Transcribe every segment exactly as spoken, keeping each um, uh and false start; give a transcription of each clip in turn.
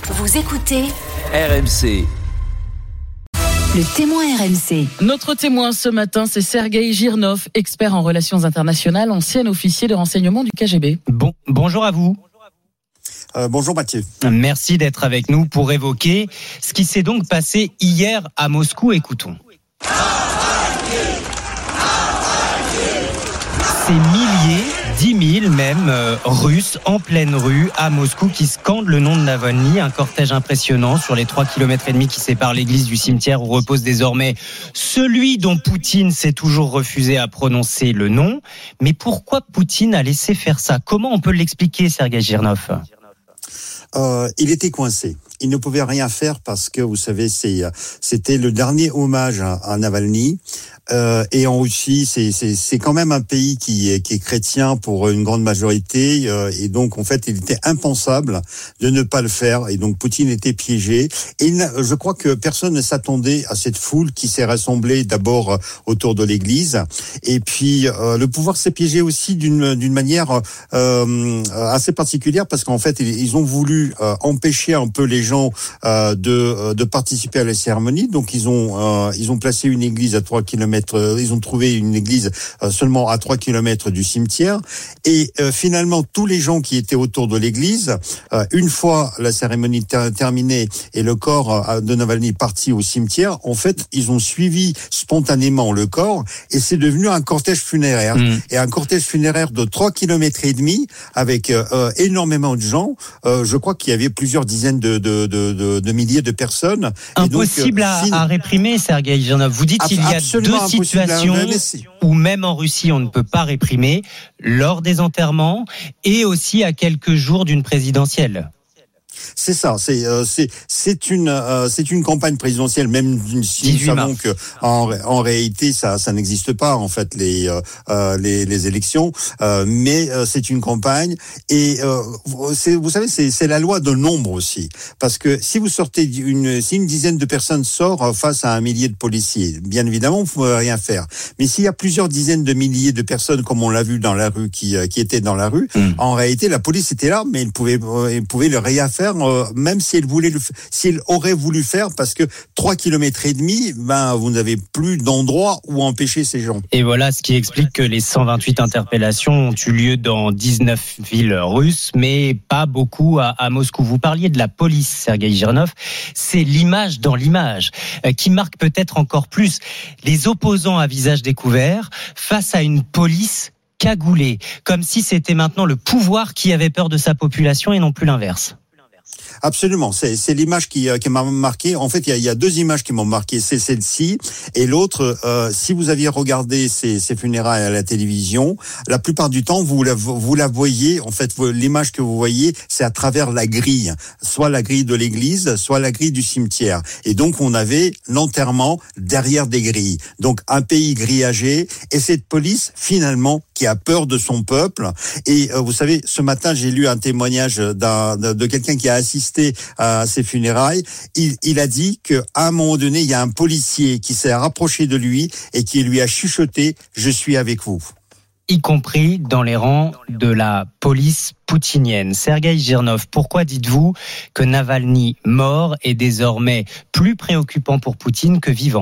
Vous écoutez R M C. Le témoin R M C. Notre témoin ce matin, c'est Sergueï Girnov, expert en relations internationales, ancien officier de renseignement du K G B. Bon, bonjour à vous. Euh, bonjour Mathieu. Merci d'être avec nous pour évoquer ce qui s'est donc passé hier à Moscou. Écoutons. Ces milliers, dix mille même, euh, Russes en pleine rue à Moscou qui scandent le nom de Navalny. Un cortège impressionnant sur les trois kilomètres et demi qui séparent l'église du cimetière où repose désormais celui dont Poutine s'est toujours refusé à prononcer le nom. Mais pourquoi Poutine a laissé faire ça ? Comment on peut l'expliquer, Sergueï Girnov ? Euh, il était coincé. Il ne pouvait rien faire parce que, vous savez, c'est, c'était le dernier hommage à, à Navalny. Euh, et en Russie, c'est, c'est, c'est quand même un pays qui est, qui est chrétien pour une grande majorité. Euh, et donc, en fait, il était impensable de ne pas le faire. Et donc, Poutine était piégé. Et il je crois que personne ne s'attendait à cette foule qui s'est rassemblée d'abord autour de l'église. Et puis, euh, le pouvoir s'est piégé aussi d'une, d'une manière euh, assez particulière parce qu'en fait, ils, ils ont voulu euh, empêcher un peu les gens euh, de, de participer à la cérémonie. Donc, ils ont, euh, ils ont placé une église à trois kilomètres. Ils ont trouvé une église seulement à trois kilomètres du cimetière. Et euh, finalement, tous les gens qui étaient autour de l'église, euh, une fois la cérémonie ter- terminée et le corps euh, de Navalny parti au cimetière, en fait, ils ont suivi spontanément le corps et c'est devenu un cortège funéraire. Mmh. Et un cortège funéraire de trois kilomètres et demi avec euh, énormément de gens. Euh, je crois qu'il y avait plusieurs dizaines de, de, de, de, de milliers de personnes. Impossible donc, euh, fin... à, à réprimer, Sergueï Girnov. Vous dites qu'il y a deux situations où même en Russie on ne peut pas réprimer, lors des enterrements et aussi à quelques jours d'une présidentielle. C'est ça, c'est euh, c'est c'est une euh, c'est une campagne présidentielle, même si nous savons que en, en réalité ça ça n'existe pas en fait les euh, les les élections, euh, mais euh, c'est une campagne et euh, c'est, vous savez c'est c'est la loi de nombre aussi, parce que si vous sortez une si une dizaine de personnes sortent face à un millier de policiers, bien évidemment vous ne pouvez rien faire, mais s'il y a plusieurs dizaines de milliers de personnes comme on l'a vu dans la rue qui qui étaient dans la rue, mmh. en réalité la police était là, mais ils pouvaient ils pouvaient le rien faire. Euh, même s'il voulait le, s'il aurait voulu faire, parce que trois kilomètres et demi, ben, vous n'avez plus d'endroit où empêcher ces gens. Et voilà ce qui explique que les cent vingt-huit interpellations ont eu lieu dans dix-neuf villes russes, mais pas beaucoup à, à Moscou. Vous parliez de la police, Sergueï Girnov. C'est l'image dans l'image euh, qui marque peut-être encore plus les opposants à visage découvert face à une police cagoulée, comme si c'était maintenant le pouvoir qui avait peur de sa population et non plus l'inverse. Absolument, c'est, c'est l'image qui, qui m'a marqué. En fait, il y a, il y a deux images qui m'ont marqué. C'est celle-ci et l'autre. Euh, si vous aviez regardé ces, ces funérailles à la télévision, la plupart du temps, vous la, vous la voyez. En fait, l'image que vous voyez, c'est à travers la grille, soit la grille de l'église, soit la grille du cimetière. Et donc, on avait l'enterrement derrière des grilles. Donc, un pays grillagé et cette police, finalement, qui a peur de son peuple. Et euh, vous savez, ce matin, j'ai lu un témoignage d'un, de, de quelqu'un qui a assisté à ces funérailles. Il, il a dit qu'à un moment donné, il y a un policier qui s'est rapproché de lui et qui lui a chuchoté « Je suis avec vous ». Y compris dans les rangs de la police poutinienne. Sergueï Girnov, pourquoi dites-vous que Navalny mort est désormais plus préoccupant pour Poutine que vivant ?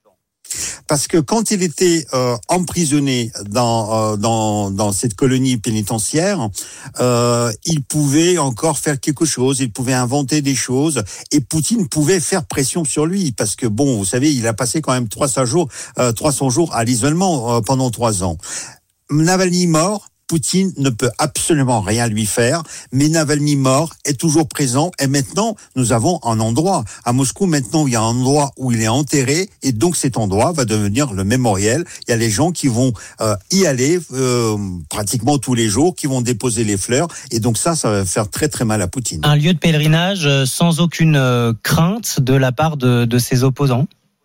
Parce que quand il était euh, emprisonné dans, euh, dans dans cette colonie pénitentiaire, euh, il pouvait encore faire quelque chose, il pouvait inventer des choses, et Poutine pouvait faire pression sur lui, parce que bon, vous savez, il a passé quand même trois cents jours, euh, trois cents jours à l'isolement euh, pendant trois ans. Navalny mort, Poutine ne peut absolument rien lui faire, mais Navalny mort est toujours présent et maintenant nous avons un endroit. À Moscou maintenant il y a un endroit où il est enterré et donc cet endroit va devenir le mémorial. Il y a les gens qui vont euh, y aller euh, pratiquement tous les jours, qui vont déposer les fleurs et donc ça, ça va faire très très mal à Poutine. Un lieu de pèlerinage sans aucune crainte de la part de, de ses opposants ?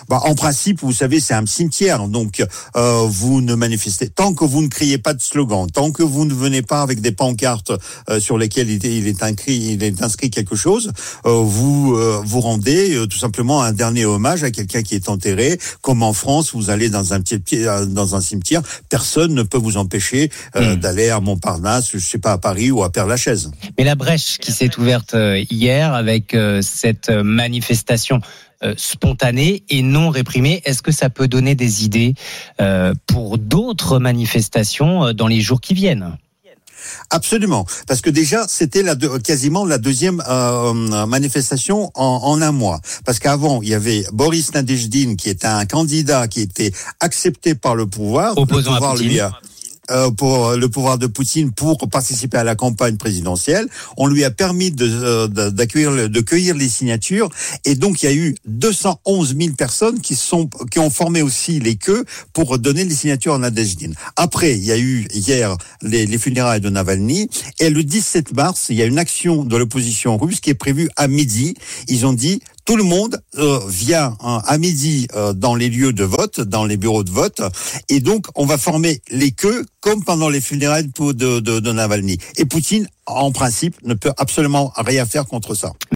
Bah, en principe, vous savez, c'est un cimetière, donc euh, vous ne manifestez tant que vous ne criez pas de slogan, tant que vous ne venez pas avec des pancartes euh, sur lesquelles il est, il est inscrit, il est inscrit quelque chose, euh, vous euh, vous rendez euh, tout simplement un dernier hommage à quelqu'un qui est enterré. Comme en France, vous allez dans un petit dans un cimetière, personne ne peut vous empêcher euh, mmh. d'aller à Montparnasse, je sais pas, à Paris ou à Père-Lachaise. Mais la brèche qui s'est ouverte hier avec euh, cette manifestation euh, spontanée et non réprimée, est-ce que ça peut donner des idées euh, pour d'autres manifestations dans les jours qui viennent ? Absolument, parce que déjà c'était la de, quasiment la deuxième euh, manifestation en, en un mois. Parce qu'avant il y avait Boris Nadezhdin qui était un candidat qui était accepté par le pouvoir, opposant le pouvoir à Poutine. Lui a, Euh, pour le pouvoir de Poutine pour participer à la campagne présidentielle. On lui a permis de, de, d'accueillir, de cueillir les signatures, et donc il y a eu deux cent onze mille personnes qui sont, qui ont formé aussi les queues pour donner les signatures à Nadezhdin. Après, il y a eu hier les, les funérailles de Navalny, et le dix-sept mars, il y a une action de l'opposition russe qui est prévue à midi. Ils ont dit tout le monde euh, vient hein, à midi euh, dans les lieux de vote, dans les bureaux de vote, et donc on va former les queues comme pendant les funérailles de, de, de Navalny. Et Poutine, en principe, ne peut absolument rien faire contre ça.